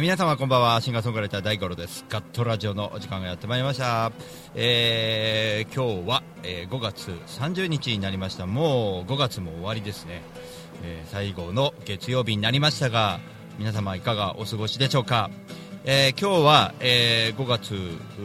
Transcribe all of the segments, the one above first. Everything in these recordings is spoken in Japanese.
皆様こんばんは。シンガーソングライター大五郎です。ガットラジオのお時間がやってまいりました。今日は、5月30日になりました。もう5月も終わりですね。最後の月曜日になりましたが、皆様いかがお過ごしでしょうか。今日は、5月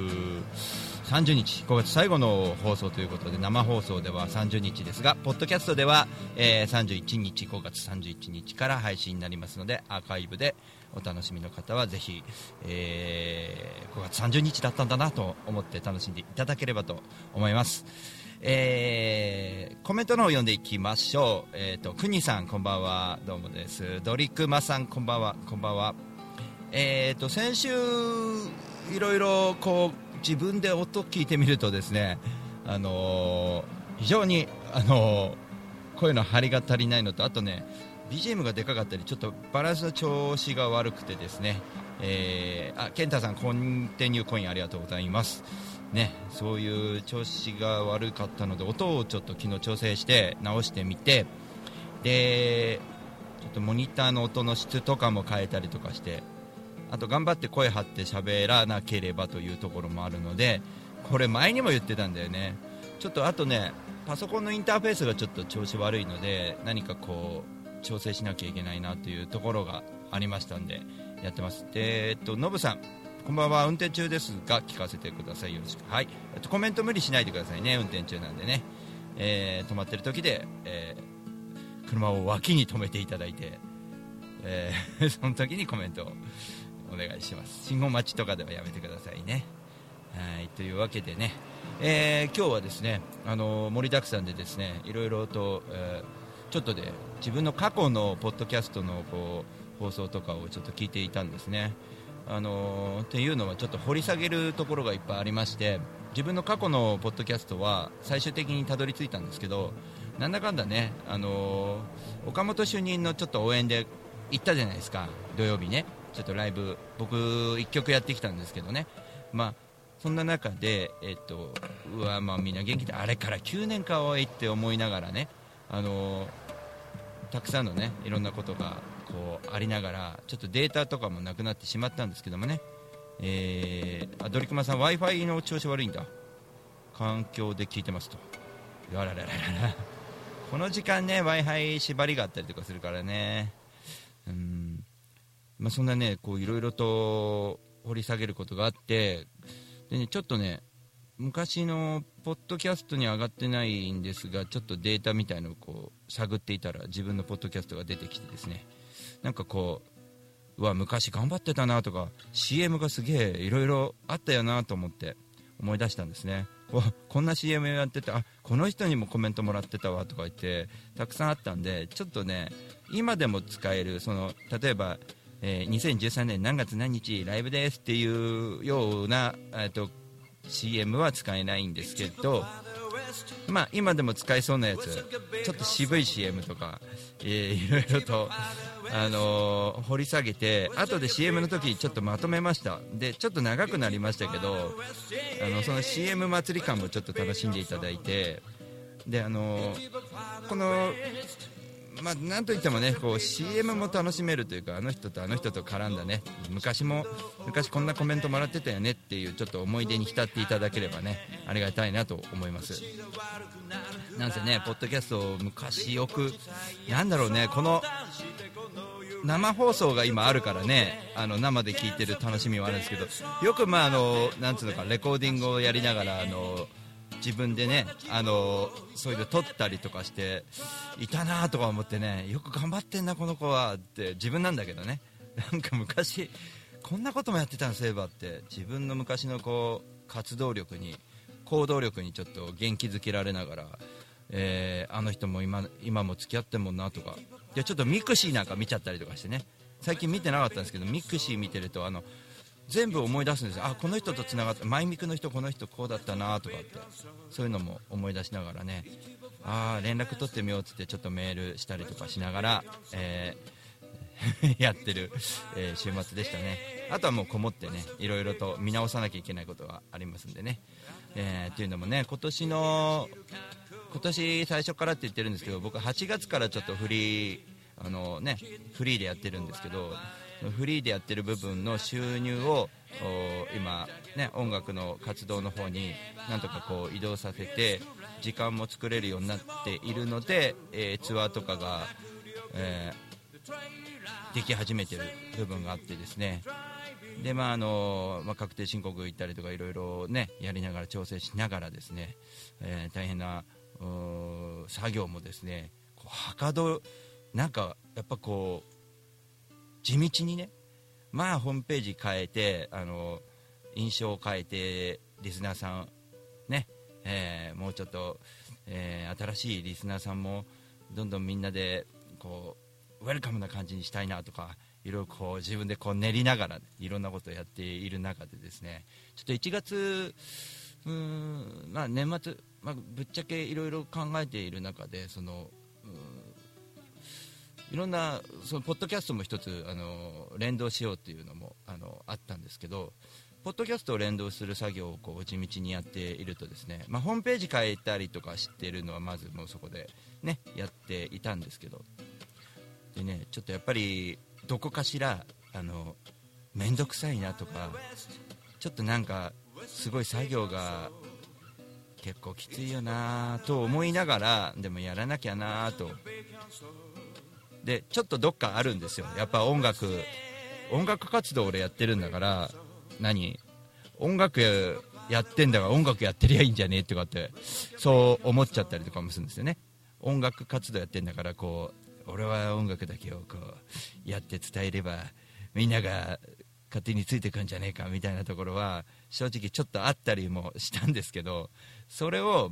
30日、5月最後の放送ということで、生放送では30日ですが、ポッドキャストでは、31日、5月31日から配信になりますので、アーカイブでお楽しみの方はぜひ、5月30日だったんだなと思って楽しんでいただければと思います。コメントの方読んでいきましょう。くにさんこんばんは、どうもです。ドリクマさんこんばんは、こんばんは。先週いろいろこう自分で音聞いてみるとですね、非常に声の張りが足りないのと、あとね BGM がでかかったりちょっとバランスの調子が悪くてですね、ケンタさんコンティニューコインありがとうございますね。そういう調子が悪かったので音をちょっと昨日調整して直してみて、でちょっとモニターの音の質とかも変えたりとかして、あと頑張って声張って喋らなければというところもあるので、これ前にも言ってたんだよね。ちょっとあとねパソコンのインターフェースがちょっと調子悪いので、何かこう調整しなきゃいけないなというところがありましたんでやってます。でノブさんこんばんは。運転中ですが聞かせてください、よろしく。はい、コメント無理しないでくださいね、運転中なんでね。止まってる時で、車を脇に止めていただいて、その時にコメントをお願いします。信号待ちとかではやめてくださいね。はい、というわけでね、今日はですね、盛りだくさんでですね、いろいろと、ちょっとで自分の過去のポッドキャストのこう放送とかをちょっと聞いていたんですね。っていうのはちょっと掘り下げるところがいっぱいありまして、自分の過去のポッドキャストは最終的にたどり着いたんですけど、なんだかんだね、岡本主任のちょっと応援で行ったじゃないですか、土曜日ね。ちょっとライブ僕1曲やってきたんですけどね、まあそんな中でうわ、まあみんな元気で、あれから9年かおいって思いながらね、たくさんのねいろんなことがこうありながら、ちょっとデータとかもなくなってしまったんですけどもね、ドリクマさん Wi-Fi の調子悪いんだ、環境で聞いてますと。やらららららこの時間ね Wi-Fi 縛りがあったりとかするからね、まあ、そんなねこういろいろと掘り下げることがあって、でね、ちょっとね昔のポッドキャストに上がってないんですが、ちょっとデータみたいのをこう探っていたら自分のポッドキャストが出てきてですね、なんかこう昔頑張ってたなとか CM がすげえいろいろあったよなと思って思い出したんですね。こんな CM やってて、この人にもコメントもらってたわとか言ってたくさんあったんで、ちょっとね今でも使える、その例えば2013年何月何日ライブですっていうようなCM は使えないんですけど、まあ今でも使えそうなやつ、ちょっと渋い CM とか、いろいろと掘り下げて、後で CM の時ちょっとまとめました。でちょっと長くなりましたけど、その CM 祭り感もちょっと楽しんでいただいて、でこのまあ、なんといってもねこう CM も楽しめるというか、あの人とあの人と絡んだね、昔こんなコメントもらってたよねっていうちょっと思い出に浸っていただければねありがたいなと思います。なんせねポッドキャストを昔よくなんだろうね、この生放送が今あるからね、生で聞いてる楽しみはあるんですけど、よくまあなんつうのかレコーディングをやりながら自分でねそういうの撮ったりとかしていたなとか思ってね、よく頑張ってんなこの子はって自分なんだけどね、なんか昔こんなこともやってたんそういえばって自分の昔のこう活動力に行動力にちょっと元気づけられながら、あの人も今も付き合ってんもんなとか、いやちょっとミクシーなんか見ちゃったりとかしてね、最近見てなかったんですけどミクシー見てると全部思い出すんですよ。この人とつながったマイミクの人この人こうだったなとかって、そういうのも思い出しながらね、連絡取ってみようっつってちょっとメールしたりとかしながら、やってる、週末でしたね。あとはもうこもってねいろいろと見直さなきゃいけないことがありますんでね、っていうのもね今年最初からって言ってるんですけど、僕8月からちょっとフリーでやってるんですけど、 そのフリーでやってる部分の収入を今、ね、音楽の活動の方になんとかこう移動させて時間も作れるようになっているので、ツアーとかが、でき始めてる部分があってですね、で確定申告行ったりとかいろいろねやりながら調整しながらですね、大変な作業もですねこうはかどなんかやっぱこう地道にね、ホームページ変えて印象を変えてリスナーさんね、もうちょっと、新しいリスナーさんもどんどんみんなでこうウェルカムな感じにしたいなとかいろいろこう自分でこう練りながらいろんなことをやっている中でですね、ちょっと1月年末、ぶっちゃけいろいろ考えている中でいろんなそのポッドキャストも一つ連動しようっていうのもあったんですけど、ポッドキャストを連動する作業をこう地道にやっているとですね、ホームページ変えたりとかしているのはまずもうそこでねやっていたんですけど、でねちょっとやっぱりどこかしら面倒くさいなとかちょっとなんかすごい作業が結構きついよなと思いながらでもやらなきゃなとでちょっとどっかあるんですよ。やっぱ音楽活動を俺やってるんだから音楽やってんだから音楽やってりゃいいんじゃねえとかってそう思っちゃったりとかもするんですよね。音楽活動やってんだからこう俺は音楽だけをこうやって伝えればみんなが勝手についてくんじゃねえかみたいなところは正直ちょっとあったりもしたんですけど、それを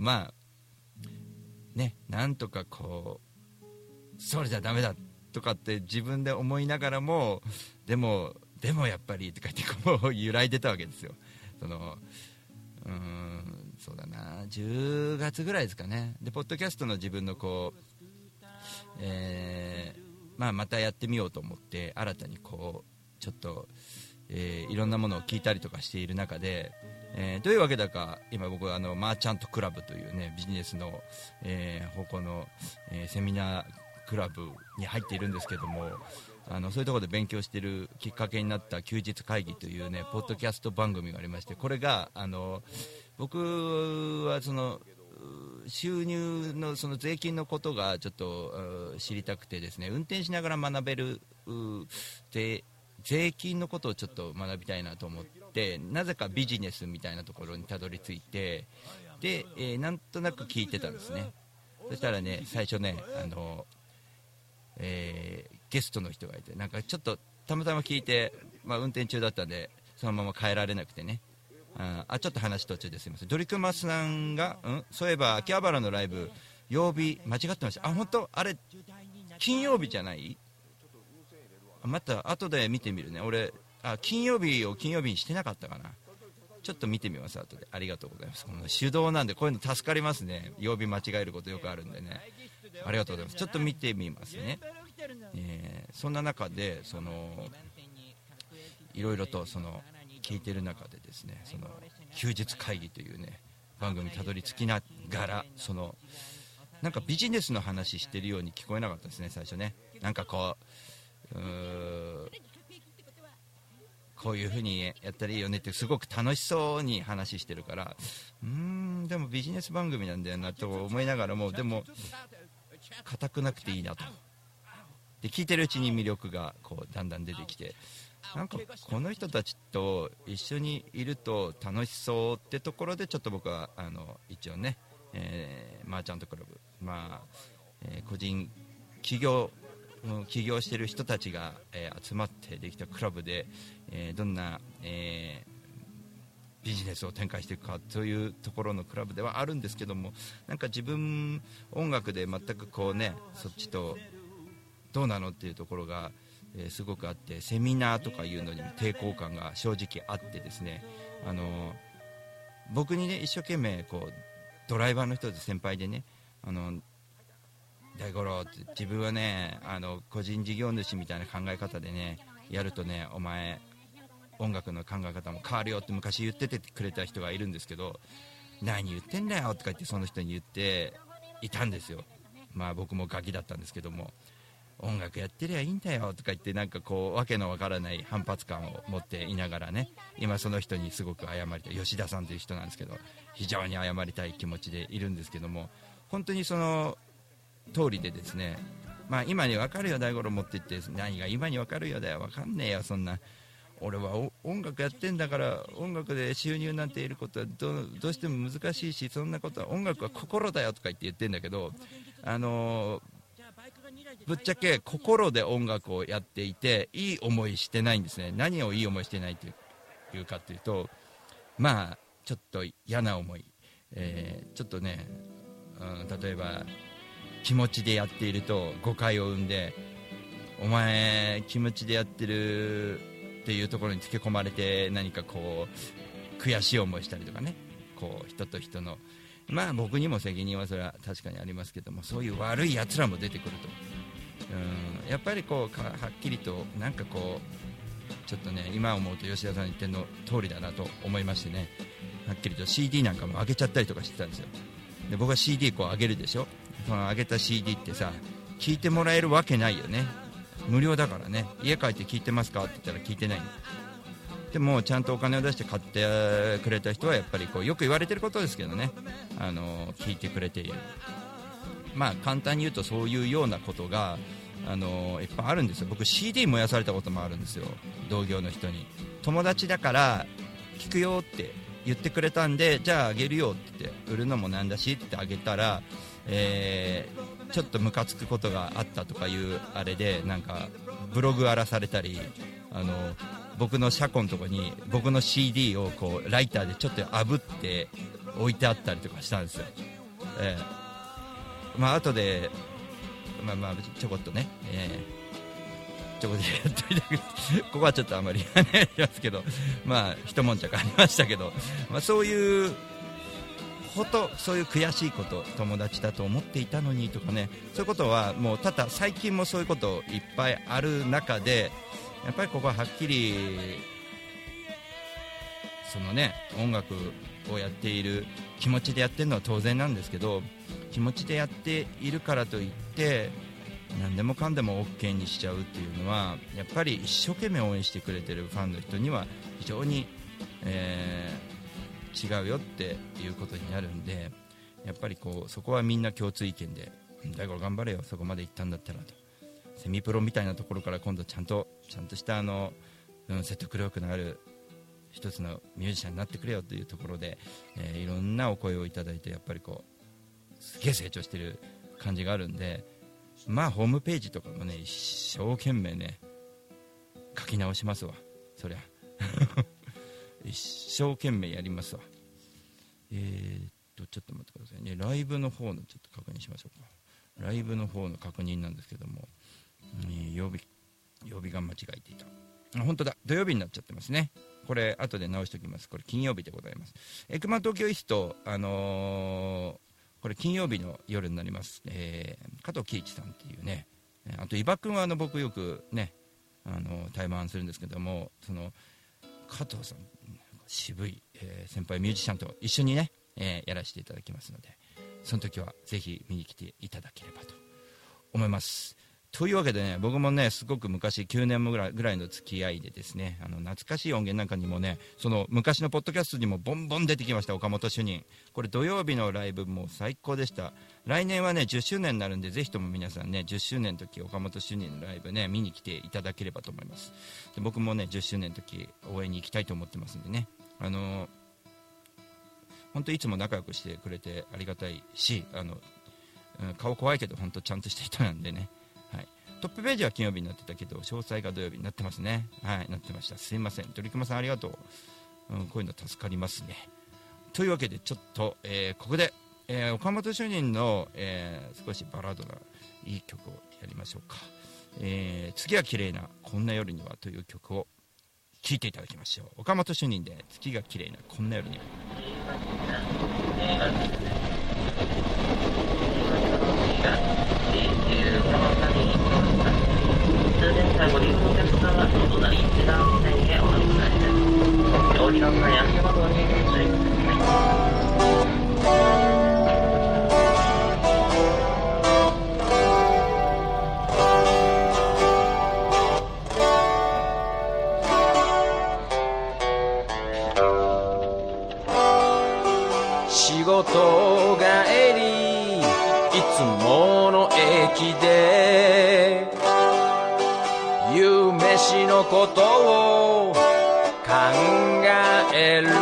なんとかこうそれじゃダメだとかって自分で思いながらもでもやっぱりとか言ってこう揺らいでたわけですよ。そうだな10月ぐらいですかね。でポッドキャストの自分のこう、またやってみようと思って新たにこうちょっと、いろんなものを聞いたりとかしている中で、どういうわけだか今僕はマーチャントクラブというねビジネスの、方向の、セミナークラブに入っているんですけども、そういうところで勉強しているきっかけになった休日会議というねポッドキャスト番組がありまして、これが僕はその収入のその税金のことがちょっと知りたくてですね、運転しながら学べる税金のことをちょっと学びたいなと思ってなぜかビジネスみたいなところにたどり着いてで、なんとなく聞いてたんですね。そしたらね最初ねゲストの人がいてなんかちょっとたまたま聞いて、運転中だったんでそのまま帰られなくてね、ちょっと話途中ですいません。ドリクマスさんが、そういえば秋葉原のライブ曜日間違ってました。本当あれ金曜日じゃない？また後で見てみるね。俺金曜日を金曜日にしてなかったかな。ちょっと見てみます後で。ありがとうございます。この手動なんでこういうの助かりますね。曜日間違えることよくあるんでね。ありがとうございます。ちょっと見てみますね。そんな中でいろいろと聞いてる中でですね休日会議というね番組にたどり着きながらなんかビジネスの話してるように聞こえなかったですね最初ね。なんかこういう風にやったらいいよねってすごく楽しそうに話してるからでもビジネス番組なんだよなと思いながらもでも硬くなくていいなとで聞いてるうちに魅力がこうだんだん出てきてなんかこの人たちと一緒にいると楽しそうってところでちょっと僕は一応ね、マーチャントクラブ、個人起業してる人たちが、集まってできたクラブで、どんな、ビジネスを展開していくかというところのクラブではあるんですけどもなんか自分音楽で全くこうねそっちとどうなのっていうところがすごくあってセミナーとかいうのにも抵抗感が正直あってですね僕にね一生懸命こうドライバーの人で先輩でね大五郎って自分はね個人事業主みたいな考え方でねやるとねお前音楽の考え方も変わるよって昔言っててくれた人がいるんですけど何言ってんだよとか言ってその人に言っていたんですよ。僕もガキだったんですけども音楽やってりゃいいんだよとか言って、なんかこうわけのわからない反発感を持っていながらね、今その人にすごく謝りたい、吉田さんという人なんですけど、非常に謝りたい気持ちでいるんですけども、本当にその通りでですね、まあ今にわかるよ大五郎持って言って、何が今にわかるよだよ、わかんねえよそんな、俺は音楽やってんだから、音楽で収入なんて得ることはどうしても難しいし、そんなことは、音楽は心だよとか言ってんだけど、ぶっちゃけ心で音楽をやっていていい思いしてないんですね。何をいい思いしてないというかというと、まあちょっと嫌な思い、ちょっとね、例えば気持ちでやっていると誤解を生んで、お前気持ちでやってるっていうところにつけ込まれて、何かこう悔しい思いしたりとかね、こう人と人の、まあ僕にも責任はそれは確かにありますけども、そういう悪いやつらも出てくると、やっぱりこうはっきりとなんかこうちょっとね、今思うと吉田さんの言ってるの通りだなと思いましてね、はっきりと CD なんかも上げちゃったりとかしてたんですよ。で僕は CD こう上げるでしょ、その上げた CD ってさ、聞いてもらえるわけないよね、無料だからね。家帰って聞いてますかって言ったら聞いてないの。でもちゃんとお金を出して買ってくれた人はやっぱりこうよく言われてることですけどね、聞いてくれている。まあ簡単に言うとそういうようなことがいっぱいあるんですよ。僕 CD 燃やされたこともあるんですよ、同業の人に。友達だから聞くよって言ってくれたんで、じゃああげるよって言って、売るのもなんだしってあげたら、ちょっとムカつくことがあったとかいうあれで、なんかブログ荒らされたり、僕の車庫のとこに僕の CD をこうライターでちょっと炙って置いてあったりとかしたんですよ。まあ後でまあちょこっとね、ちょこっとやっといたけどここはちょっとあまり言わないですけど、まあ一悶着ありましたけど、まあ、そういうそういう悔しいこと、友達だと思っていたのにとかね、そういうことはもうただ最近もそういうこといっぱいある中で、やっぱりここははっきりそのね、音楽をやっている気持ちでやってるのは当然なんですけど、気持ちでやっているからといって何でもかんでも OK にしちゃうっていうのは、やっぱり一生懸命応援してくれてるファンの人には非常に、違うよっていうことになるんで、やっぱりこうそこはみんな共通意見で、大五郎頑張れよ、そこまで行ったんだったらと、セミプロみたいなところから今度ちゃんとした説得力のある一つのミュージシャンになってくれよというところで、いろんなお声をいただいて、やっぱりこうすげえ成長してる感じがあるんで、まあホームページとかもね一生懸命ね書き直しますわ、そりゃ一生懸命やりますわ。ちょっと待ってくださいね、ライブの方のちょっと確認しましょうか。ライブの方の確認なんですけども、曜日が間違えていた。本当だ、土曜日になっちゃってますね。これ後で直しておきます。これ金曜日でございます。エクマ東京イースト、これ金曜日の夜になります。加藤貴一さんっていうね、あと伊庭君は僕よくね対バンするんですけども、その加藤さん渋い、先輩ミュージシャンと一緒にね、やらせていただきますので、その時はぜひ見に来ていただければと思います。というわけでね、僕もねすごく昔9年もぐらいの付き合いでですね、懐かしい音源なんかにもね、その昔のポッドキャストにもボンボン出てきました。岡本主任、これ土曜日のライブも最高でした。来年はね10周年になるんで、ぜひとも皆さんね10周年の時岡本主任のライブね見に来ていただければと思います。で僕もね10周年の時応援に行きたいと思ってますんでね、本当いつも仲良くしてくれてありがたいし、顔怖いけど本当ちゃんとした人なんでね、はい、トップページは金曜日になってたけど詳細が土曜日になってますね。はい、なってました。すいません、鳥熊さんありがとう、こういうの助かりますね。というわけでちょっと、ここで、岡本主任の、少しバラードないい曲をやりましょうか。次は綺麗なこんな夜にはという曲を聴いていただきましょう。岡本主任で月が綺麗なこんな夜には。 通電車ご利用のお客様はお隣1段線へお乗りください。お降りの際足元にご注意ください。 仕事帰りいつもの駅で夕飯のことを考える。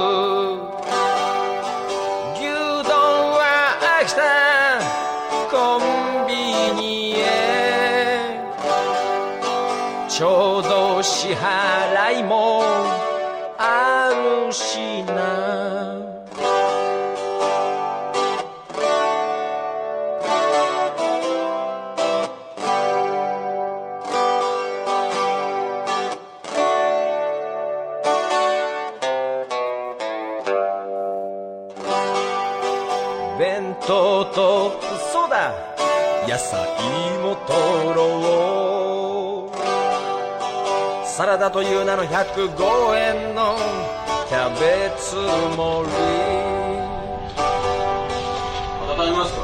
牛丼は飽きたコンビニへ、ちょうど支払いもあるしな。弁当とそうだ野菜も取ろう。サラダという名の105円のキャベツ盛り。 温めますか？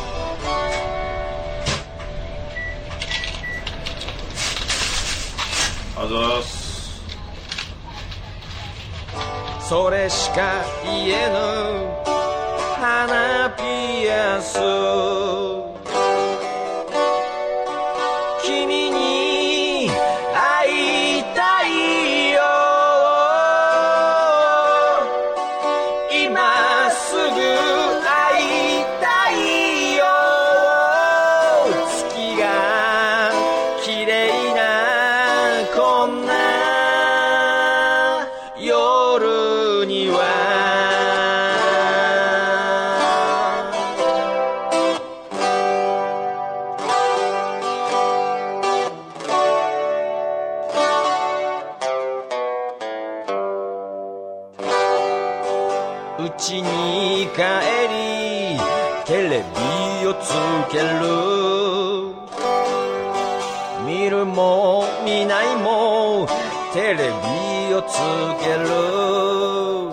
あざーす。 それしか言えぬ花ピアス。君に会いたいよ、今すぐ会いたいよ。月が綺麗なこんな夜には家に帰りテレビをつける。見るも見ないもテレビをつける。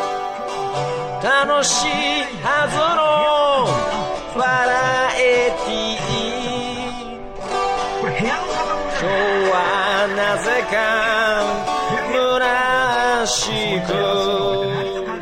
楽しいはずのバラエティー、今日はなぜか虚しく。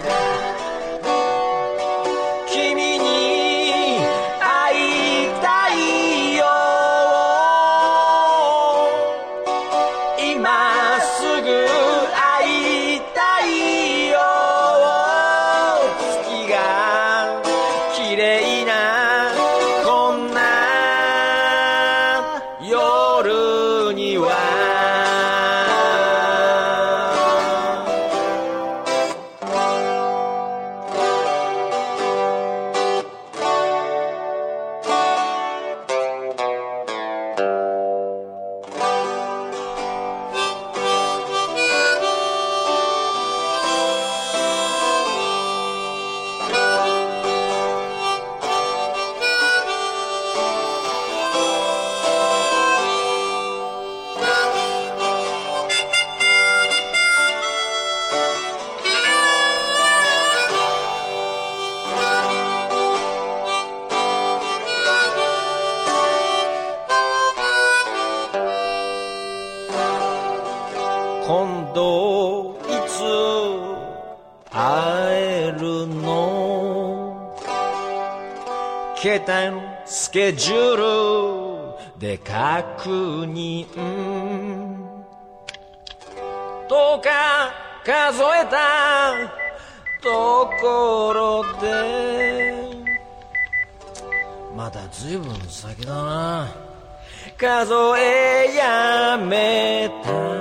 今度いつ会えるの？携帯のスケジュールで確認。10日数えたところでまだずいぶん先だな。数えやめた。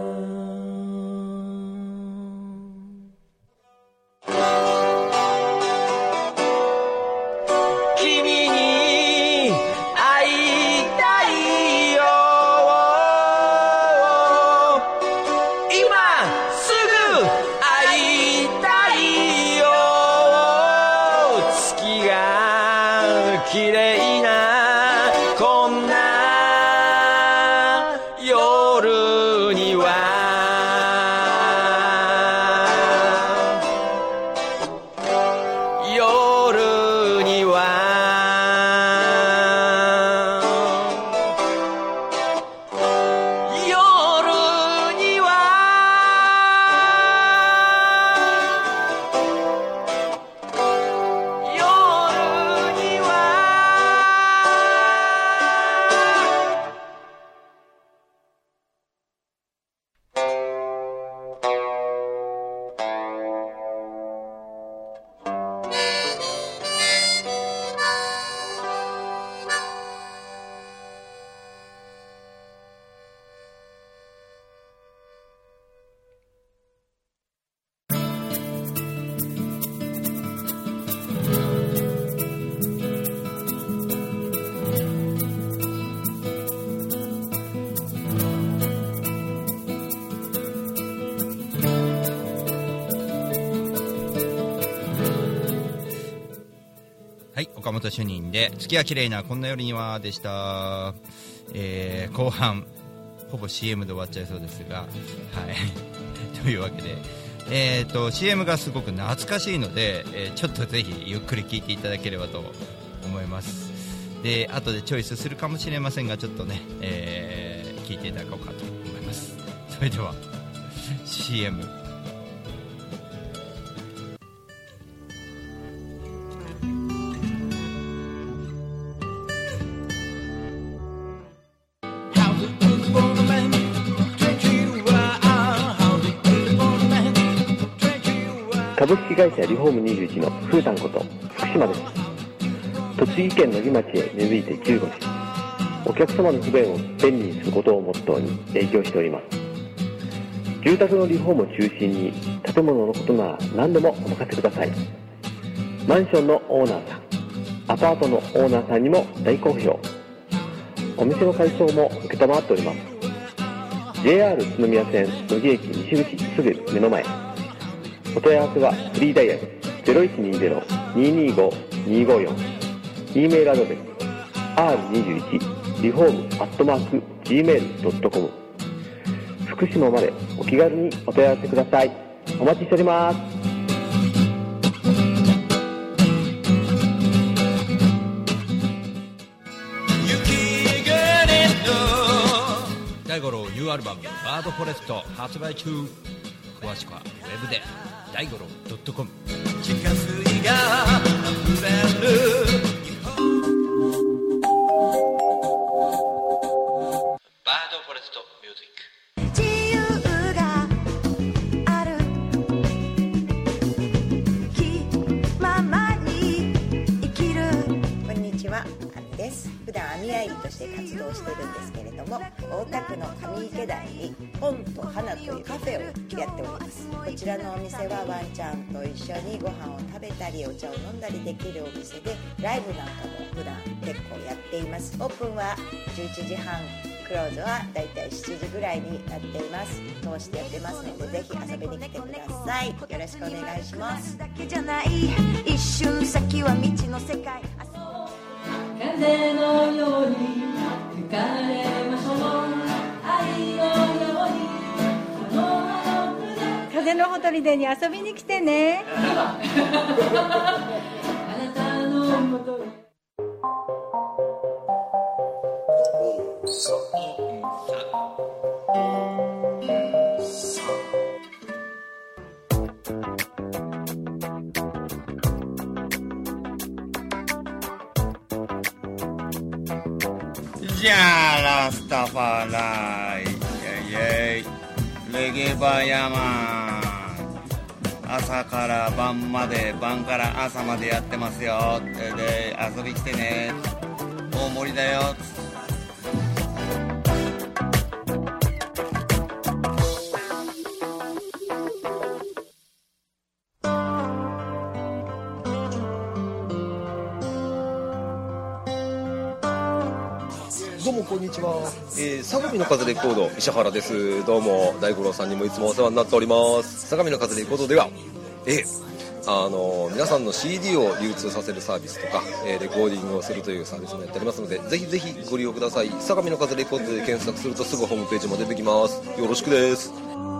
綺麗なこんな夜には夜には夜には岡本主任で月が綺麗なこんな夜にはでした。後半ほぼ CM で終わっちゃいそうですが、はい、というわけで、CM がすごく懐かしいので、ちょっとぜひゆっくり聞いていただければと思います。で、後でチョイスするかもしれませんが、ちょっとね、聞いていただこうかと思います。それでは CM。 株式会社リフォーム21のふうたんこと福島です。栃木県野木町へ根付いて15年、お客様の不便を便利にすることをモットーに営業しております。住宅のリフォームを中心に建物のことなら何でもお任せください。マンションのオーナーさん、アパートのオーナーさんにも大好評。お店の改装も承っております。 JR 宇都宮線野木駅西口すぐ目の前。お問い合わせはフリーダイヤル 0120-225-254、 E メールアドレス r21reform@gmail.com、 福島までお気軽にお問い合わせください。お待ちしております。 大五郎ニューアルバムバードフォレスト発売中。詳しくはウェブで大五郎 .com。 地下水が溢れるバードフォレストミュージック。 自由がある気ままに生きる。こんにちは、あみです。普段網あいりとして活動してるんですけれども、大田区の上池台に本と花というカフェをやっております。こちらのお店はワンちゃんと一緒にご飯を食べたりお茶を飲んだりできるお店で、ライブなんかも普段結構やっています。オープンは11時半、クローズはだいたい7時ぐらいになっています。通してやってますので、ぜひ遊びに来てください。よろしくお願いします。一瞬先は未知の世界。 風のように吹かれましょう、愛のように風のほとりでに遊びに来てね。 あなたのもとにじゃあラスタファライイェイイェイレゲバヤマン、朝から晩まで、晩から朝までやってますよ。で遊び来てね、大盛りだよ。 どうもこんにちは、相模の風レコード石原です。どうも大五郎さんにもいつもお世話になっております。相模の風レコードでは、皆さんの CD を流通させるサービスとか、レコーディングをするというサービスもやっておりますので、ぜひぜひご利用ください。相模の風レコードで検索するとすぐホームページも出てきます。よろしくです。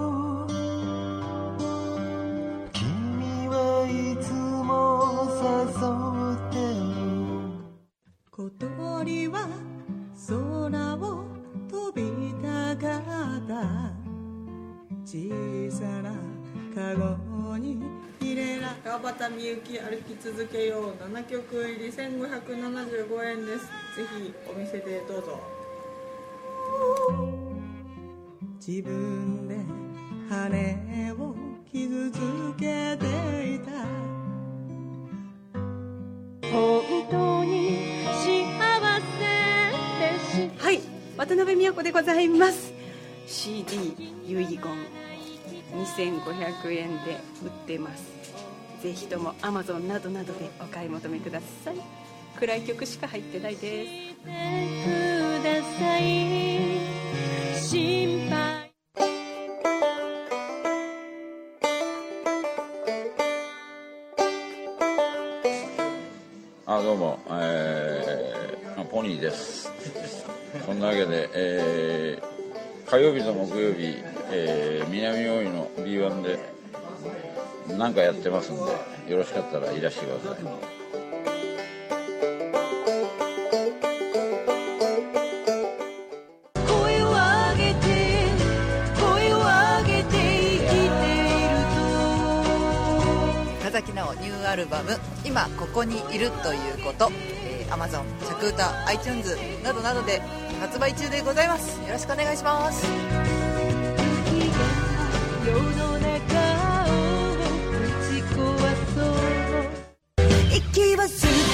君はいつも誘ってる、小鳥は空を飛びたかった、小さなカゴに入れら川端みゆき歩き続けよう7曲入り1575円です。ぜひお店でどうぞ。自分で羽を傷つけていた、本当に幸せ。 はい、渡辺美和子でございます。 CD 遺言2500円で売ってます。ぜひとも Amazon などなどでお買い求めください。暗い曲しか入ってないです。 ください、心配。 どうも、ポニーです。そんなわけで、火曜日と木曜日、南大井の B1 で何かやってますんで、よろしかったらいらしてください。 中崎直ニューアルバム「今ここにいるということ」Amazon、着歌、iTunes などなどで発売中でございます。よろしくお願いします。 世の中を打ち壊そう息を吸って吐いて吸って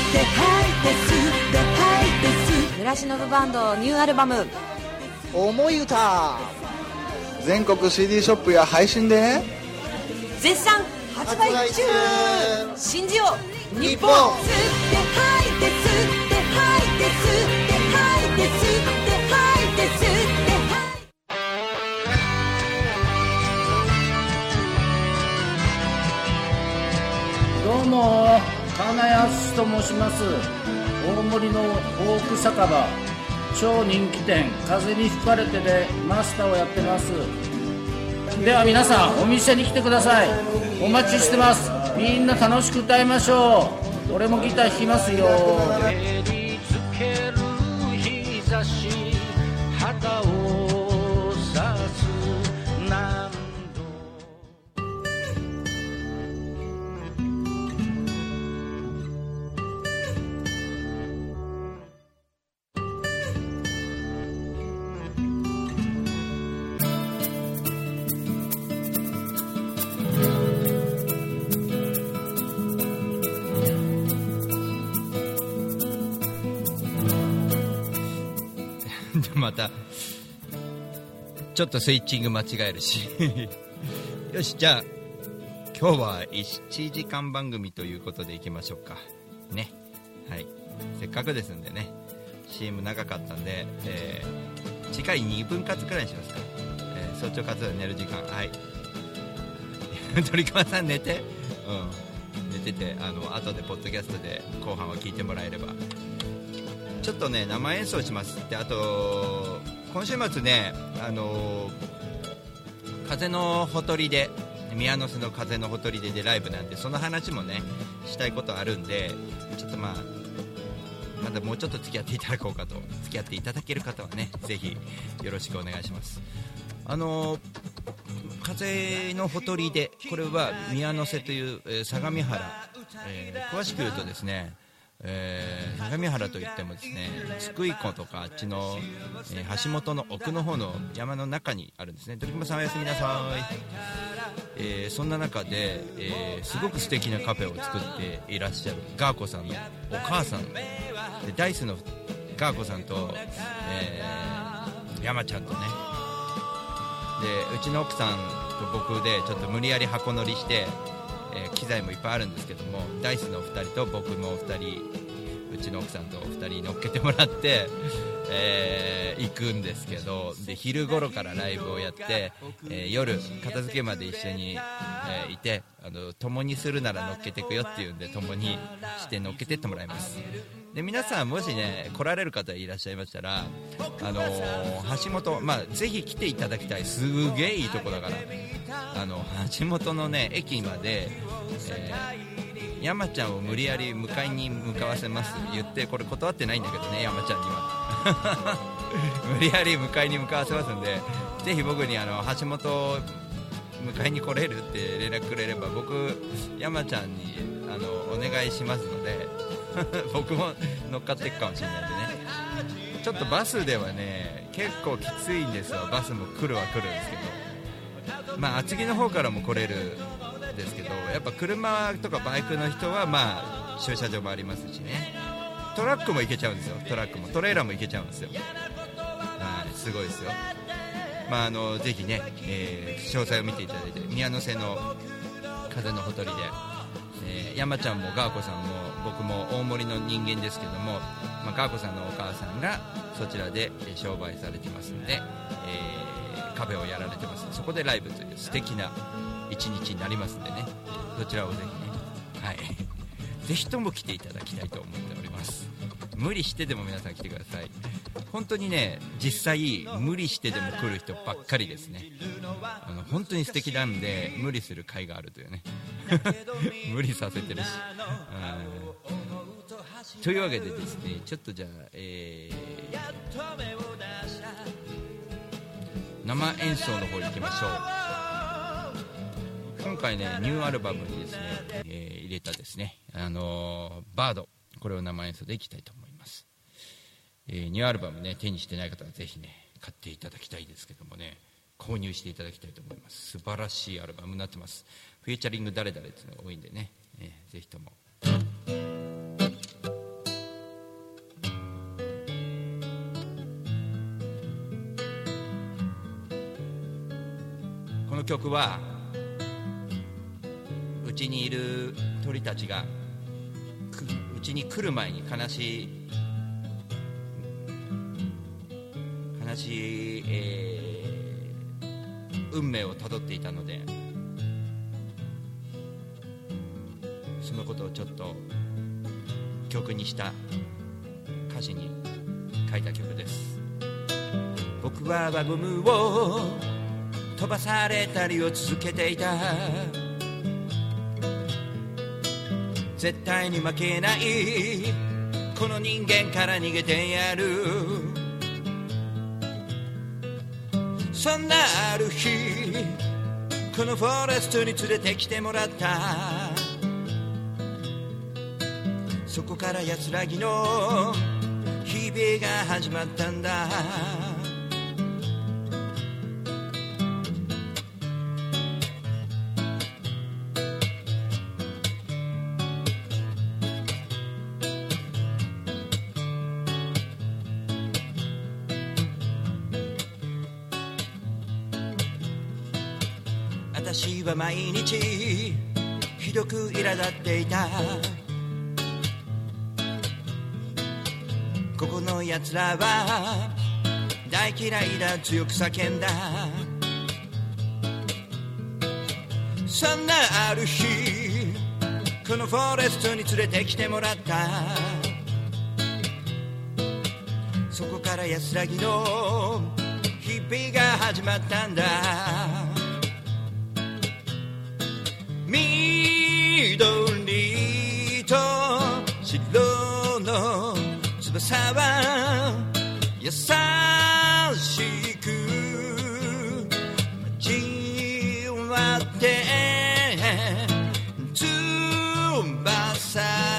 吐いて吸う村忍バンドニューアルバム 「思い歌」全国 CD ショップや配信で絶賛発売中。信じよう日本。 吸って吐いて吸って吐いて吸って吐いて吸って吐いて吸ってどうも金安と申します。大森のフォーク酒場超人気店風に吹かれてでマスターをやってます。では皆さんお店に来てください。お待ちしてます。みんな楽しく歌いましょう。俺もギター弾きますよ。 照りつける日差し肌を刺す何度またちょっとスイッチング間違えるしよし、じゃあ今日は1時間番組ということでいきましょうかね。はい、せっかくですんでね、 CM 長かったんで、次回2分割くらいにしますか。早朝活動で寝る時間、はい鳥川さん寝て、寝てて後でポッドキャストで後半は聞いてもらえれば。ちょっとね生演奏します。であと今週末ね風のほとりで宮の瀬の風のほとりでライブなんで、その話もねしたいことあるんで、ちょっとまだもうちょっと付き合っていただこうかと。付き合っていただける方はねぜひよろしくお願いします。風のほとりで、これは宮の瀬という、相模原、詳しく言うとですね、相模原といってもですね、津久井湖とかあっちの、橋本の奥の方の山の中にあるんですね。鳥熊さんおやすみなさい。そんな中で、すごく素敵なカフェを作っていらっしゃるガーコさんのお母さんで、ダイスのガーコさんと、山ちゃんとね、でうちの奥さんと僕でちょっと無理やり箱乗りして、機材もいっぱいあるんですけども、ダイスの2人と僕も2人、うちの奥さんと2人乗っけてもらって、行くんですけど、で昼頃からライブをやって、夜片付けまで一緒に、いて、共にするなら乗っけていくよっていうんで、共にして乗っけてってもらいます。で皆さんもしね来られる方いらっしゃいましたら、橋本、ぜひ来ていただきたい。すげえいいとこだから、橋本のね駅まで、山ちゃんを無理やり迎えに向かわせます言って、これ断ってないんだけどね、山ちゃんには無理やり迎えに向かわせますんで、ぜひ僕に橋本迎えに来れるって連絡くれれば、僕山ちゃんにお願いしますので僕も乗っかっていくかもしれないんでね。ちょっとバスではね結構きついんですよ。バスも来るは来るんですけど、厚木の方からも来れるんですけど、やっぱ車とかバイクの人は駐車場もありますしね、トラックも行けちゃうんですよ。トラックもトレーラーも行けちゃうんですよ。すごいですよ。ぜひね、詳細を見ていただいて、宮の瀬の風のほとりで、山ちゃんもガーコさんも僕も大森の人間ですけども、ガーコさんのお母さんがそちらで商売されてますんで、カフェをやられてます。そこでライブという素敵な一日になりますんでね、そちらをぜひね、はいぜひとも来ていただきたいと思っております。無理してでも皆さん来てください。本当にね、実際無理してでも来る人ばっかりですね。本当に素敵なんで、無理する甲斐があるというね無理させてるし、というわけでですね、ちょっとじゃあ、生演奏の方に行きましょう。今回ね、ニューアルバムにですね、入れたですね、バード、これを生演奏でいきたいと思います。ニューアルバムね、手にしてない方はぜひね、買っていただきたいですけどもね、購入していただきたいと思います。素晴らしいアルバムになってます。フィーチャリング誰々っていうのが多いんでね、ぜひとも。この曲はうちにいる鳥たちがうちに来る前に悲しい、運命をたどっていたので、そのことをちょっと曲にした歌詞に書いた曲です。僕は輪ゴムを飛ばされたりを続けていた、絶対に負けないこの人間から逃げてやる。そんなある日、このフォレストに連れてきてもらった。そこから安らぎの日々が始まったんだ。私は毎日ひどく苛立っていた。ここのやつらは大嫌いだ、強く叫んだ。そんなある日、このフォレストに連れてきてもらった。そこから安らぎの日々が始まったんだ。緑と白の翼は優しく交わって翼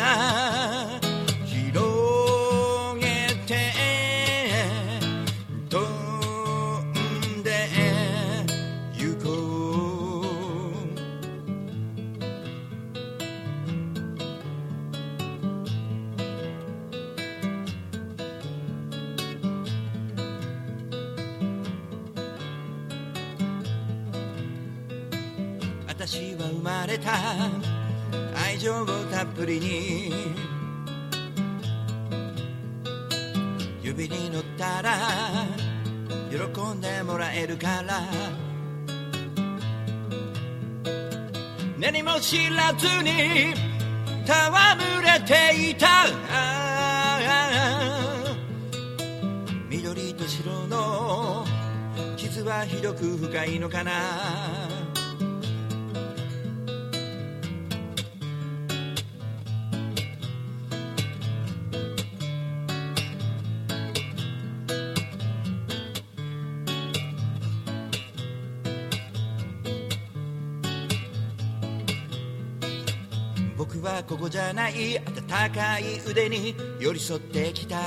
広げて飛んでゆこう。私は生まれた愛情をたっぷりに、指に乗ったら喜んでもらえるから、何も知らずに戯れていた。緑と白の傷はひどく深いのかな。僕はここじゃない温かい腕に寄り添ってきた。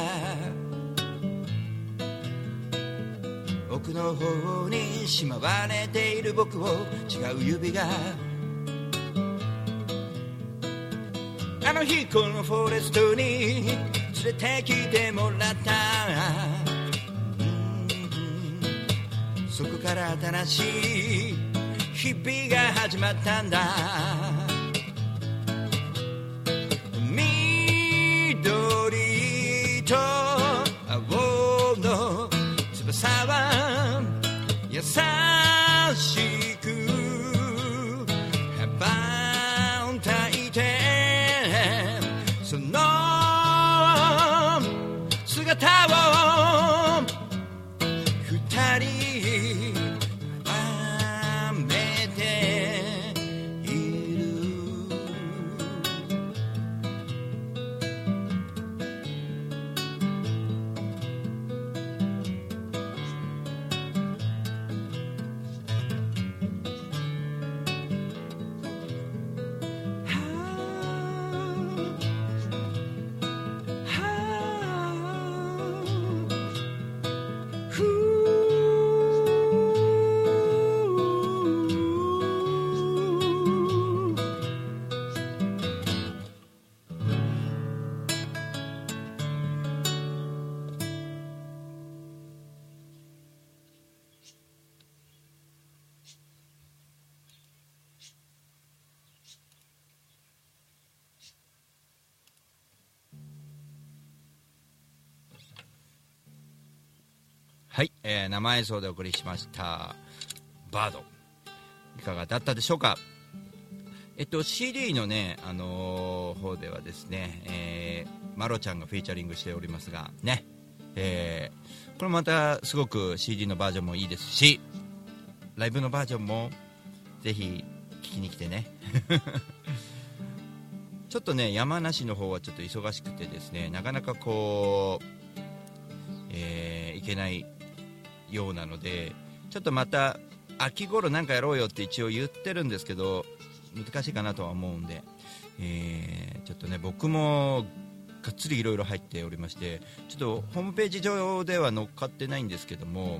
奥の方にしまわれている僕を違う指が、あの日このフォレストに連れてきてもらった。そこから新しい日々が始まったんだ。緑と青の翼は優しく羽ばたいてはい、生演奏でお送りしましたバード、いかがだったでしょうか。CD のね、方ではですね、マロちゃんがフィーチャリングしておりますがね、これまたすごく CD のバージョンもいいですし、ライブのバージョンもぜひ聴きに来てねちょっとね、山梨の方はちょっと忙しくてですね、なかなかこう、行けないようなので、ちょっとまた秋頃なんかやろうよって一応言ってるんですけど、難しいかなとは思うんで、ちょっとね、僕もがっつりいろいろ入っておりまして、ちょっとホームページ上では載っかってないんですけども、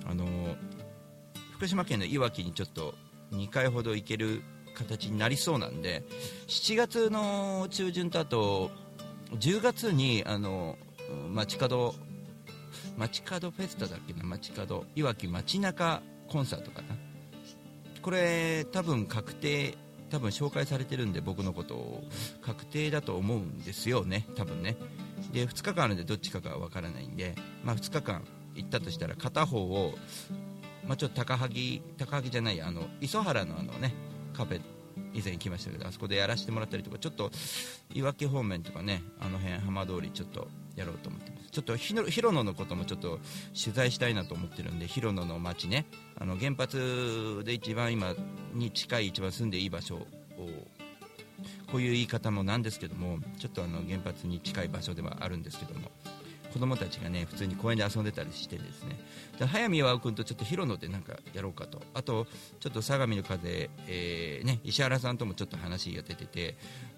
福島県のいわきにちょっと2回ほど行ける形になりそうなんで、7月の中旬とあと10月に街角フェスタだっけな、街角いわき街中コンサートかな、これ多分紹介されてるんで、僕のことを確定だと思うんですよね、多分ね。で2日間あるんでどっちかがわからないんで、2日間行ったとしたら片方を、ちょっと高萩じゃないや、磯原のねカフェ以前行きましたけど、あそこでやらせてもらったりとか、ちょっといわき方面とかね、辺浜通りちょっとやろうと思ってます。ちょっと広野のこともちょっと取材したいなと思ってるんで、広野の町ね、原発で一番今に近い一番住んでいい場所を、こういう言い方もなんですけども、ちょっと原発に近い場所ではあるんですけども、子供たちがね普通に公園で遊んでたりしてですね、で早見巌君とちょっと広野でなんかやろうかと、あとちょっと相模の風、石原さんともちょっと話が出てて、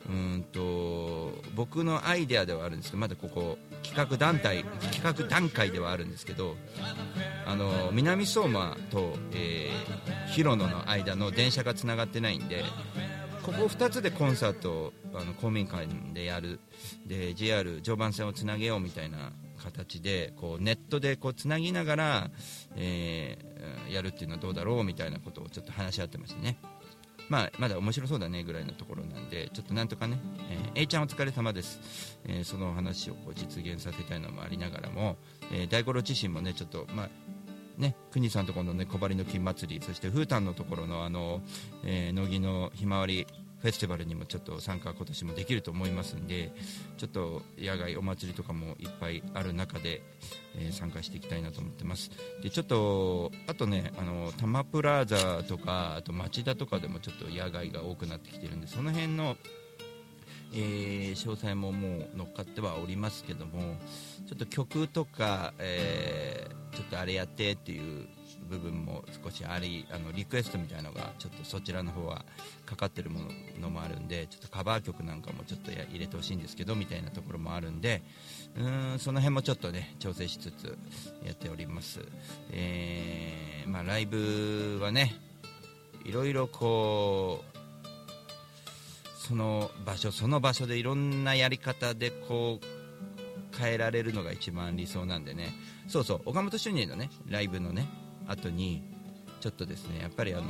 僕のアイデアではあるんですけど、まだここ企画段階ではあるんですけど、南相馬と、広野の間の電車がつながってないんで、ここ2つでコンサートを公民館でやる、で JR 常磐線をつなげようみたいな形で、こうネットでこうつなぎながら、やるっていうのはどうだろうみたいなことをちょっと話し合ってましてね、まだ面白そうだねぐらいのところなんで、ちょっとなんとかね、A ちゃんお疲れ様です、その話をこう実現させたいのもありながらも、大五郎自身もねちょっと国さんとこのね小針の金祭り、そして風丹のところの乃木のひまわりフェスティバルにもちょっと参加今年もできると思いますんで、ちょっと野外お祭りとかもいっぱいある中で、参加していきたいなと思ってます。でちょっとあとね、タマプラザとかあと町田とかでもちょっと野外が多くなってきてるんで、その辺の詳細ももう乗っかってはおりますけども、ちょっと曲とか、ちょっとあれやってっていう部分も少しあり、リクエストみたいなのがちょっとそちらの方はかかってるのもあるんで、ちょっとカバー曲なんかもちょっと入れてほしいんですけどみたいなところもあるんで、その辺もちょっとね調整しつつやっております。ライブはねいろいろこうその場所でいろんなやり方でこう変えられるのが一番理想なんでね。そうそう、岡本周年のねライブのね後にちょっとですね、やっぱり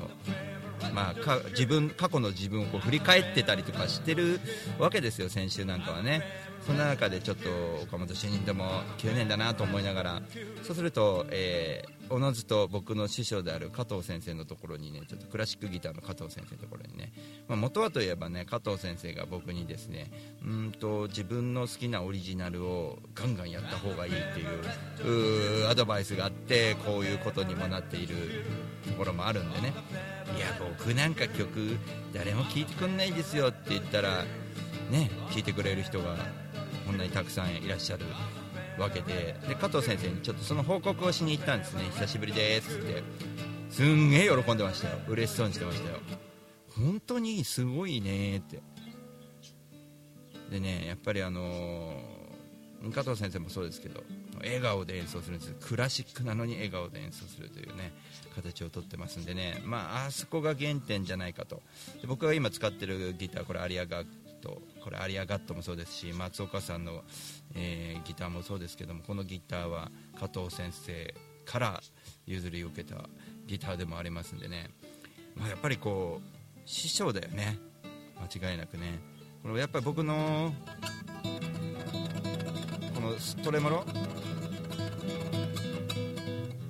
過去の自分をこう振り返ってたりとかしてるわけですよ、先週なんかはね。そんな中でちょっと岡本主任でも9年だなと思いながら、そうすると、おのずと僕の師匠である加藤先生のところにね、ちょっとクラシックギターの加藤先生のところにね、元はといえばね加藤先生が僕にですね、自分の好きなオリジナルをガンガンやった方がいいっていうアドバイスがあって、こういうことにもなっているところもあるんでね、いや僕なんか曲誰も聴いてくんないですよって言ったらね、聴いてくれる人がこんなにたくさんいらっしゃるわけで、加藤先生にちょっとその報告をしに行ったんですね。久しぶりですってすんげえ喜んでましたよ、嬉しそうにしてましたよ。本当にすごいねって。でね、やっぱり加藤先生もそうですけど笑顔で演奏するんです。クラシックなのに笑顔で演奏するというね形をとってますんでね、あそこが原点じゃないかと。で僕が今使ってるギター、これアリアガットもそうですし、松岡さんの、ギターもそうですけども、このギターは加藤先生から譲り受けたギターでもありますんでね、やっぱりこう師匠だよね、間違いなくね。これやっぱり僕のこのトレモロ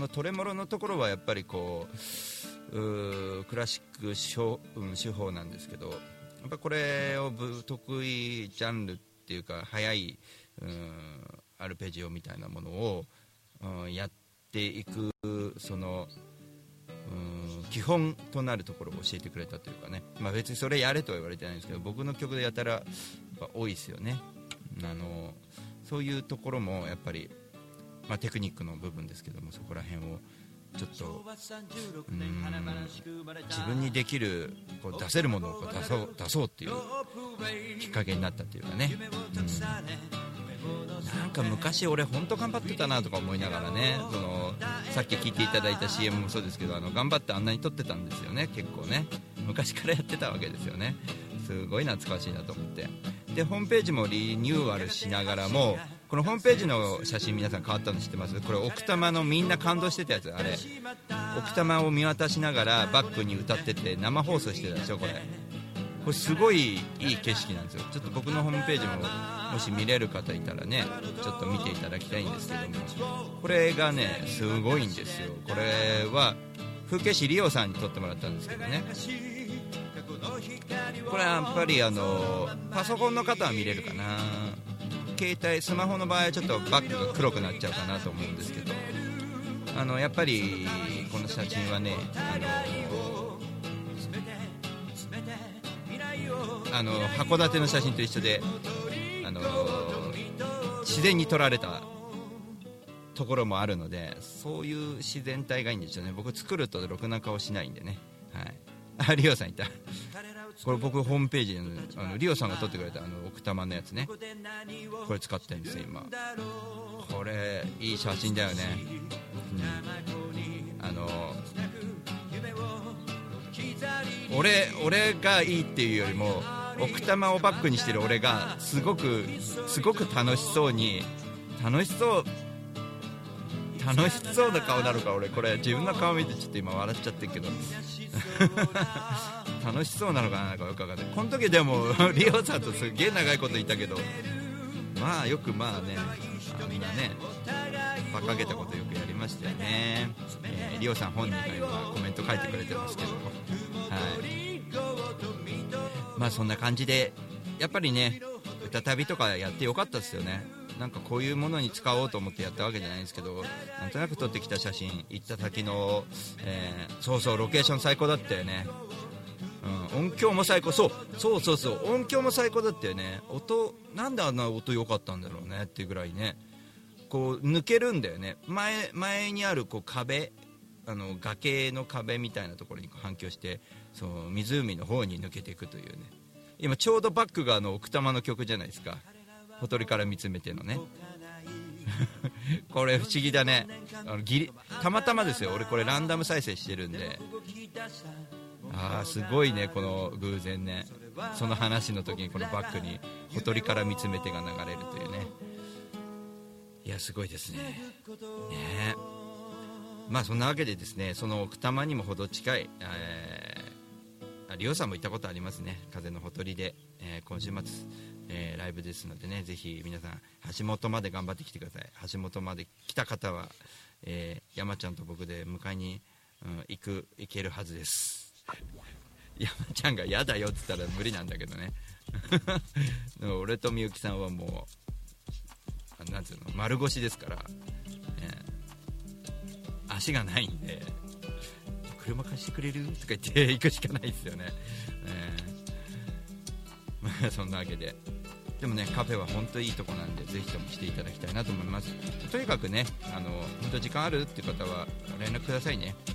のトレモロのところはやっぱりこうクラシック手法なんですけど、やっぱこれを得意ジャンルっていうか速いアルペジオみたいなものをやっていくその基本となるところを教えてくれたというかね、まあ、別にそれやれとは言われてないんですけど、僕の曲でやたらやっぱ多いですよね。そういうところもやっぱり、まあ、テクニックの部分ですけども、そこら辺をちょっと自分にできるこう出せるものをこう出そうっていうきっかけになったっていうかね、なんか昔俺本当頑張ってたなとか思いながらね、さっき聞いていただいた CM もそうですけど、頑張ってあんなに撮ってたんですよね。結構ね昔からやってたわけですよね。すごい懐かしいなと思って、でホームページもリニューアルしながらも、このホームページの写真皆さん変わったの知ってます？これ奥多摩のみんな感動してたやつ、あれ奥多摩を見渡しながらバックに歌ってて生放送してたでしょ。これすごいいい景色なんですよ。ちょっと僕のホームページももし見れる方いたらね、ちょっと見ていただきたいんですけども、これがねすごいんですよ。これは風景師リオさんに撮ってもらったんですけどね、これはやっぱりパソコンの方は見れるかな、携帯スマホの場合はちょっとバッグが黒くなっちゃうかなと思うんですけど、やっぱりこの写真はね函館の写真と一緒で自然に撮られたところもあるので、そういう自然体がいいんですよね。僕作るとろくな顔しないんでね、はい、リオさんいたこれ僕ホームページのリオさんが撮ってくれた奥多摩のやつね、これ使ってるんですよ今。これいい写真だよね、俺がいいっていうよりも奥多摩をバックにしてる俺がすごく楽しそうな顔なのか、俺これ自分の顔見てちょっと今笑っちゃってるけど楽しそうなのかなんかよく分かんない。この時でもリオさんとすげえ長いこと言ったけど、まあよくまあねみんなね馬鹿げたことよくやりましたよね。リオさん本人が今コメント書いてくれてますけども、はい、まあそんな感じでやっぱりね歌旅とかやってよかったですよね。なんかこういうものに使おうと思ってやったわけじゃないんですけど、なんとなく撮ってきた写真、行った先の、そうロケーション最高だったよね、音響も最高、そう音響も最高だったよね。なんであんな音良かったんだろうねっていうぐらいね、こう抜けるんだよね。前にあるこう壁、崖の壁みたいなところに反響して、そう湖の方に抜けていくというね。今ちょうどバックが奥多摩の曲じゃないですか、ほとりから見つめてのねこれ不思議だね、たまたまですよ、俺これランダム再生してるんで、すごいねこの偶然ね、その話の時にこのバックにほとりから見つめてが流れるというね、いやすごいですね。まあそんなわけでですね、その奥多摩にもほど近い、リオさんも行ったことありますね、風のほとりで、今週末、ライブですのでね、ぜひ皆さん橋本まで頑張ってきてください。橋本まで来た方は、山ちゃんと僕で迎えに、行けるはずです。山ちゃんが嫌だよって言ったら無理なんだけどねでも俺とみゆきさんはもうなんていうの丸腰ですから、足がないんで車貸してくれるとか言って行くしかないですよね、そんなわけで、でもねカフェは本当にいいとこなんでぜひとも来ていただきたいなと思います。とにかくね本当時間あるっていう方は連絡くださいね。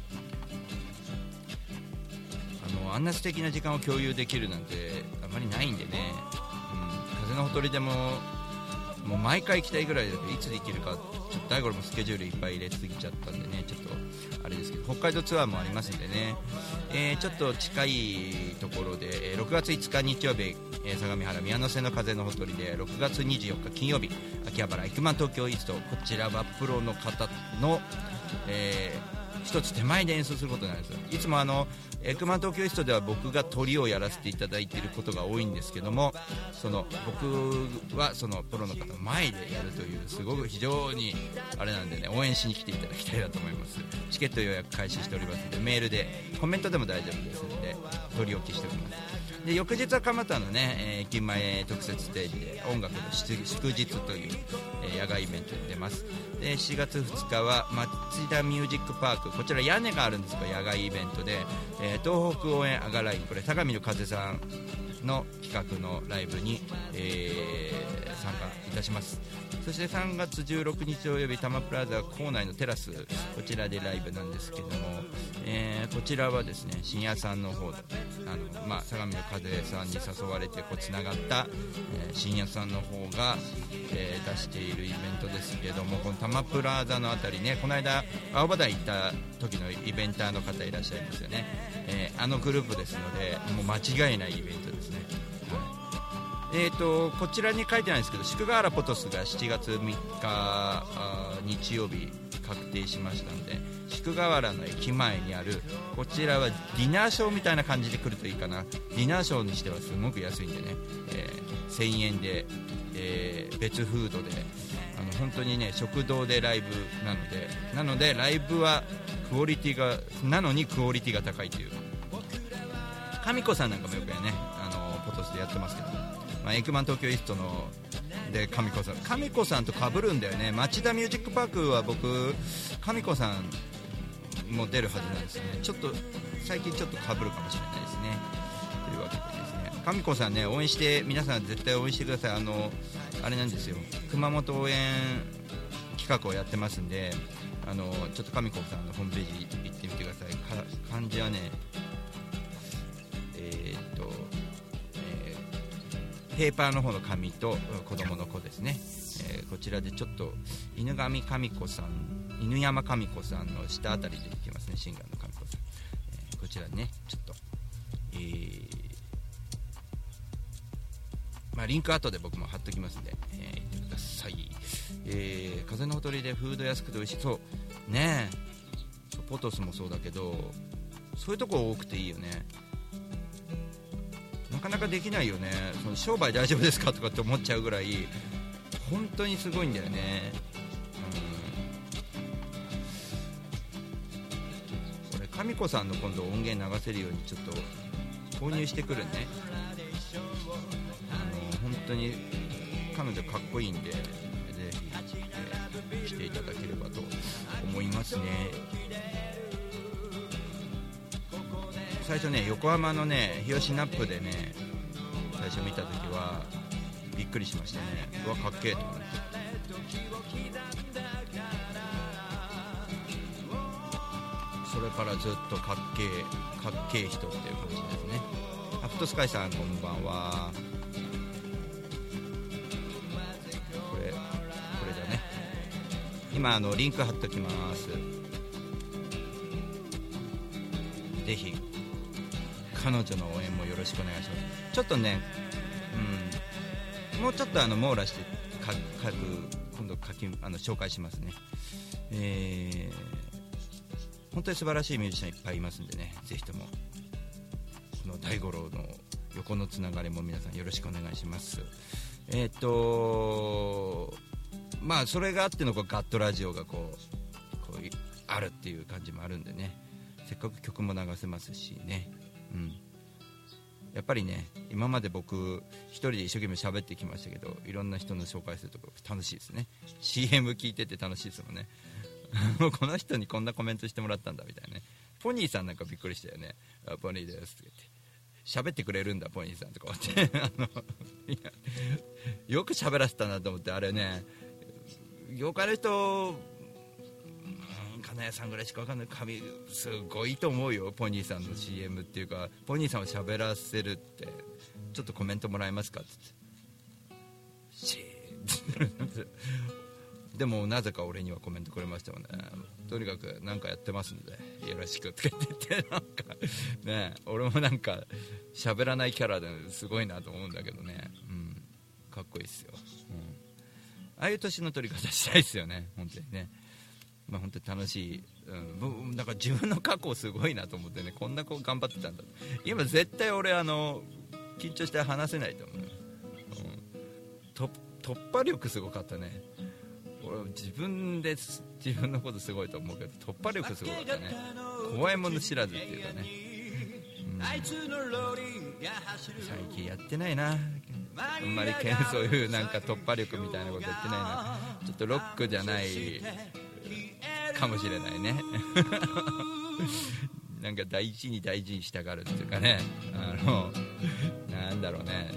あんな素敵な時間を共有できるなんてあまりないんでね、風のほとりでもう毎回行きたいぐらいでいつできるか、ちょっと大五郎もスケジュールいっぱい入れすぎちゃったんでね、ちょっとあれですけど、北海道ツアーもありますんでね、ちょっと近いところで、6月5日日曜日、相模原宮の瀬の風のほとりで、6月24日金曜日秋葉原エクマン東京イースト、こちらはプロの方の、 一つ手前で演奏することになるんですよ。いつもエクマン東京イストでは僕がトリをやらせていただいていることが多いんですけども、僕はそのプロの方の前でやるというすごく非常にあれなんでね、応援しに来ていただきたいなと思います。チケット予約開始しておりますので、メールでコメントでも大丈夫ですので取り置きしております。で翌日は蒲田のね、駅前特設ステージで音楽の祝日という、野外イベントに出ます。で4月2日は町田ミュージックパーク、こちら屋根があるんですが野外イベントで、東北応援アガライン、これ相模の風さんの企画のライブに、参加いたします。そして3月16日土曜日、多摩プラザ構内のテラス、こちらでライブなんですけども、こちらはですね深夜さんの方で相模の風さんに誘われてつながった、深夜さんの方が、出しているイベントですけども、この多摩プラザのあたりね、この間青葉台行った時のイベンターの方いらっしゃいますよね、グループですのでもう間違いないイベントですね。こちらに書いてないんですけど、宿河原ポトスが7月3日日曜日確定しましたので、宿河原の駅前にあるこちらはディナーショーみたいな感じで来るといいかな。ディナーショーにしてはすごく安いんでね、1000円で、別フードで本当にね食堂でライブなのでライブはクオリティが高いという。神子さんなんかもよくねポトスでやってますけど、エクマン東京イーストので神子さんと被るんだよね。町田ミュージックパークは僕神子さんも出るはずなんですよね。ちょっと最近ちょっと被るかもしれないですね。というわけでですね、神子さんね応援して、皆さん絶対応援してください。あれなんですよ、熊本応援企画をやってますんで、ちょっと神子さんのホームページ行ってみてください。漢字はねペーパーの方の紙と子供の子ですね、こちらでちょっと犬山神子さんの下あたりでできますね、シンガーの神子さん、こちらねちょっと、リンク後で僕も貼っときますんで、行ってください。風のほとりでフード安くて美味しい、そうね、ポトスもそうだけどそういうとこ多くていいよね。なかなかできないよね。その商売大丈夫ですかとかって思っちゃうぐらい本当にすごいんだよね。これ神子さんの今度音源流せるようにちょっと購入してくるね。本当に彼女かっこいいんで、ぜひ、来ていただければと思いますね。最初ね横浜のね日吉ナップでね最初見た時はびっくりしましたね。うわかっけえと思って、それからずっとかっけえ人っていう感じですね。アフトスカイさんこんばんは。これだね。今リンク貼っときます。ぜひ彼女の応援もよろしくお願いします。ちょっとね、もうちょっと網羅して今度紹介しますね。本当に素晴らしいミュージシャンいっぱいいますんでね、ぜひともこの大五郎の横のつながりも皆さんよろしくお願いします。それがあってのガットラジオがこうあるっていう感じもあるんでね、せっかく曲も流せますしね、やっぱりね今まで僕一人で一生懸命喋ってきましたけど、いろんな人の紹介するとこ楽しいですね。 CM 聞いてて楽しいですもんねこの人にこんなコメントしてもらったんだみたいなね。ポニーさんなんかびっくりしたよね。ポニーですって言って喋ってくれるんだポニーさんとかってよく喋らせたなと思って、あれね業界の人金谷さんぐらいしか分かんない。髪すごいと思うよ、ポニーさんの CM っていうか、ポニーさんを喋らせるってちょっとコメントもらえますかって言ってでもなぜか俺にはコメントくれましたもんね。とにかくなんかやってますんでよろしくって言ってなんかね、俺もなんか喋らないキャラですごいなと思うんだけどね、かっこいいっすよ、ああいう年の取り方したいっすよね本当にね。 まあ、本当に楽しい、なんか自分の過去すごいなと思ってね、こんな子頑張ってたんだ。今絶対俺緊張して話せないと思う、突破力すごかったね。俺自分のことすごいと思うけど、突破力すごかったね。怖いもの知らずっていうかね、最近やってないな、あんまりそういうなんか突破力みたいなことやってないな。ちょっとロックじゃないかもしれないねなんか大事にしたがるっていうかね、なんだろうね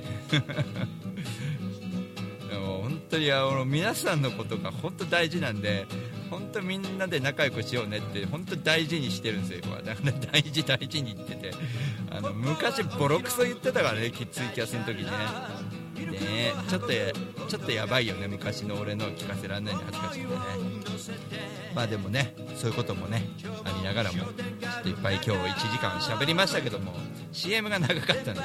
でも本当に皆さんのことが本当大事なんで、本当みんなで仲良くしようねって本当大事にしてるんですよ。だから大事に言ってて、昔ボロクソ言ってたからね、ツイキャスの時ね。ちょっとやばいよね、昔の俺の聞かせられないんで恥ずかしいんでね。まあでもね、そういうこともねありながらも、ちょっといっぱい今日1時間喋りましたけども、 CM が長かったんでね、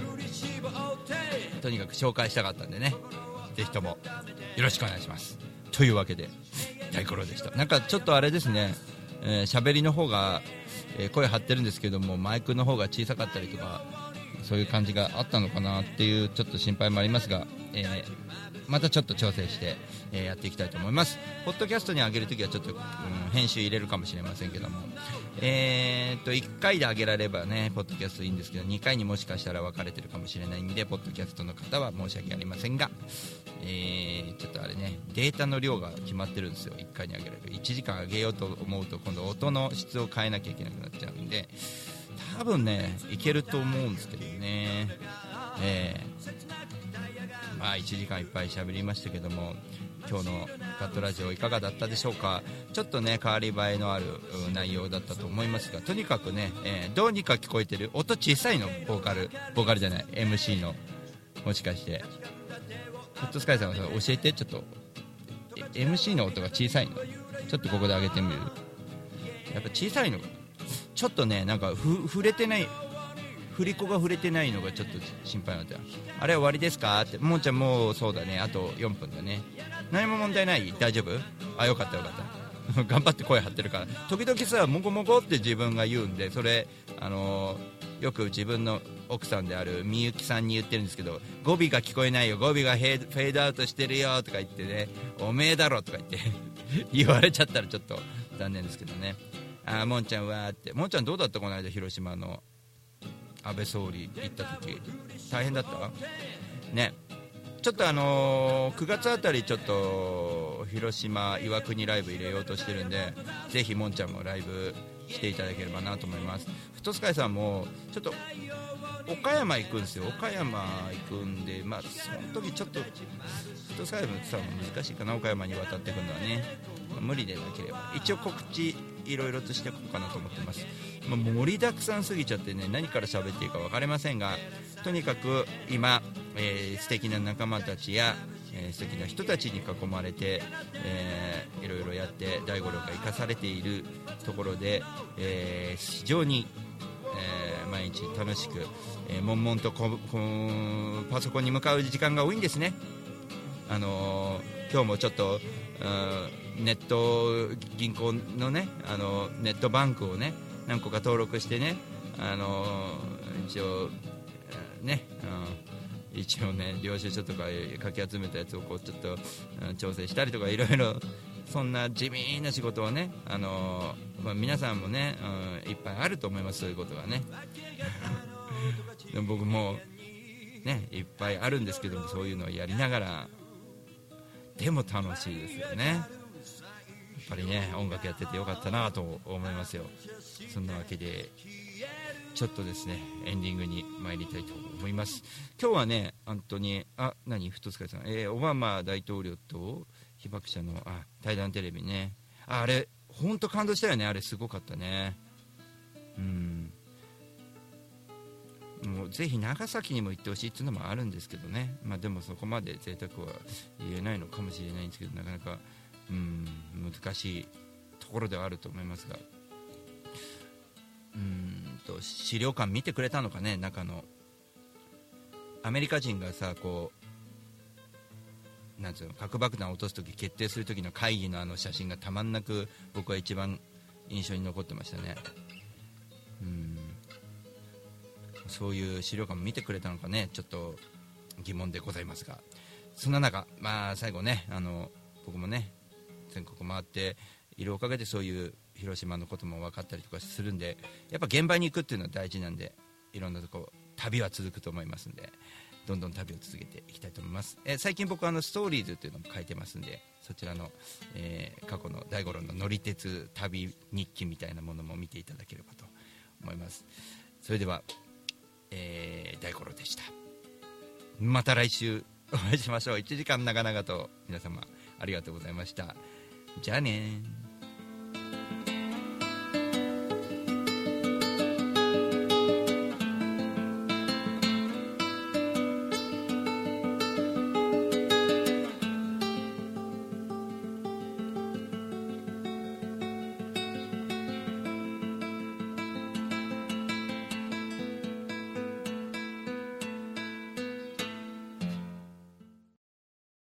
とにかく紹介したかったんでね、ぜひともよろしくお願いします。というわけで大五郎でした。なんかちょっとあれですね、喋りの方が、声張ってるんですけども、マイクの方が小さかったりとか、そういう感じがあったのかなっていうちょっと心配もありますが、またちょっと調整して、やっていきたいと思います。ポッドキャストに上げるときはちょっと、編集入れるかもしれませんけども、1回で上げられればねポッドキャストいいんですけど、2回にもしかしたら分かれてるかもしれない意味で、ポッドキャストの方は申し訳ありませんが、ちょっとあれね、データの量が決まってるんですよ。1回に上げられる、1時間上げようと思うと今度音の質を変えなきゃいけなくなっちゃうんで、多分ねいけると思うんですけどね。まあ1時間いっぱい喋りましたけども、今日のカットラジオいかがだったでしょうか。ちょっとね変わり映えのある内容だったと思いますが、とにかくね、どうにか聞こえてる、音小さいの、ボーカルじゃない MC の、もしかしてフットスカイさんが教えて、ちょっと MC の音が小さいの、ちょっとここで上げてみる。やっぱ小さいのか、ちょっとねなんか触れてない、振り子が触れてないのがちょっと心配なんだよ。あれ終わりですかって、もんちゃんもうそうだね、あと4分だね、何も問題ない、大丈夫、あ、よかったよかった頑張って声張ってるから。時々さもこもこって自分が言うんで、それよく自分の奥さんであるみゆきさんに言ってるんですけど、語尾が聞こえないよ、語尾がフェードアウトしてるよとか言ってね、おめえだろとか言って言われちゃったらちょっと残念ですけどね。あ、もんちゃんはって、もんちゃんどうだった、この間広島の安倍総理行った時、大変だったね。ちょっと9月あたりちょっと広島岩国ライブ入れようとしてるんで、ぜひもんちゃんもライブしていただければなと思います。フットスカイさんもちょっと岡山行くんですよ。岡山行くんで、まあその時ちょっとフットスカイさんも難しいかな、岡山に渡ってくるのはね、無理でなければ一応告知いろいろとしていこうかなと思ってます。盛りだくさんすぎちゃってね、何から喋っていいか分かりませんが、とにかく今、素敵な仲間たちや、素敵な人たちに囲まれて、いろいろやって大五郎が生かされているところで、非常に、毎日楽しく、悶々とパソコンに向かう時間が多いんですね。今日もちょっとネット銀行のね、ネットバンクをね何個か登録してね、一応ね、領収書とかかき集めたやつをこうちょっと調整したりとか、いろいろそんな地味な仕事をね、皆さんもね、いっぱいあると思います、そういうことがねでも僕もねいっぱいあるんですけども、そういうのをやりながらでも楽しいですよね。やっぱりね音楽やっててよかったなと思いますよ。そんなわけでちょっとですねエンディングに参りたいと思います。今日はね本当に何フットスカイさん、オバマ大統領と被爆者の対談テレビね、あれ本当感動したよね。あれすごかったね。もうぜひ長崎にも行ってほしいっていうのもあるんですけどね、でもそこまで贅沢は言えないのかもしれないんですけど、なかなか難しいところではあると思いますが、資料館見てくれたのかね。中のアメリカ人がさこなんつうの、核爆弾を落とすとき決定するときの会議のあの写真がたまんなく僕は一番印象に残ってましたね。そういう資料館も見てくれたのかね、ちょっと疑問でございますが、そんな中、最後ね、僕もね全国回っているおかげでそういう広島のことも分かったりとかするんで、やっぱ現場に行くっていうのは大事なんで、いろんなとこ旅は続くと思いますんで、どんどん旅を続けていきたいと思います。最近僕ストーリーズっていうのも書いてますんで、そちらの、過去の大五郎の乗り鉄旅日記みたいなものも見ていただければと思います。それでは、大五郎でした。また来週お会いしましょう。1時間長々と皆様ありがとうございました。じゃあねー。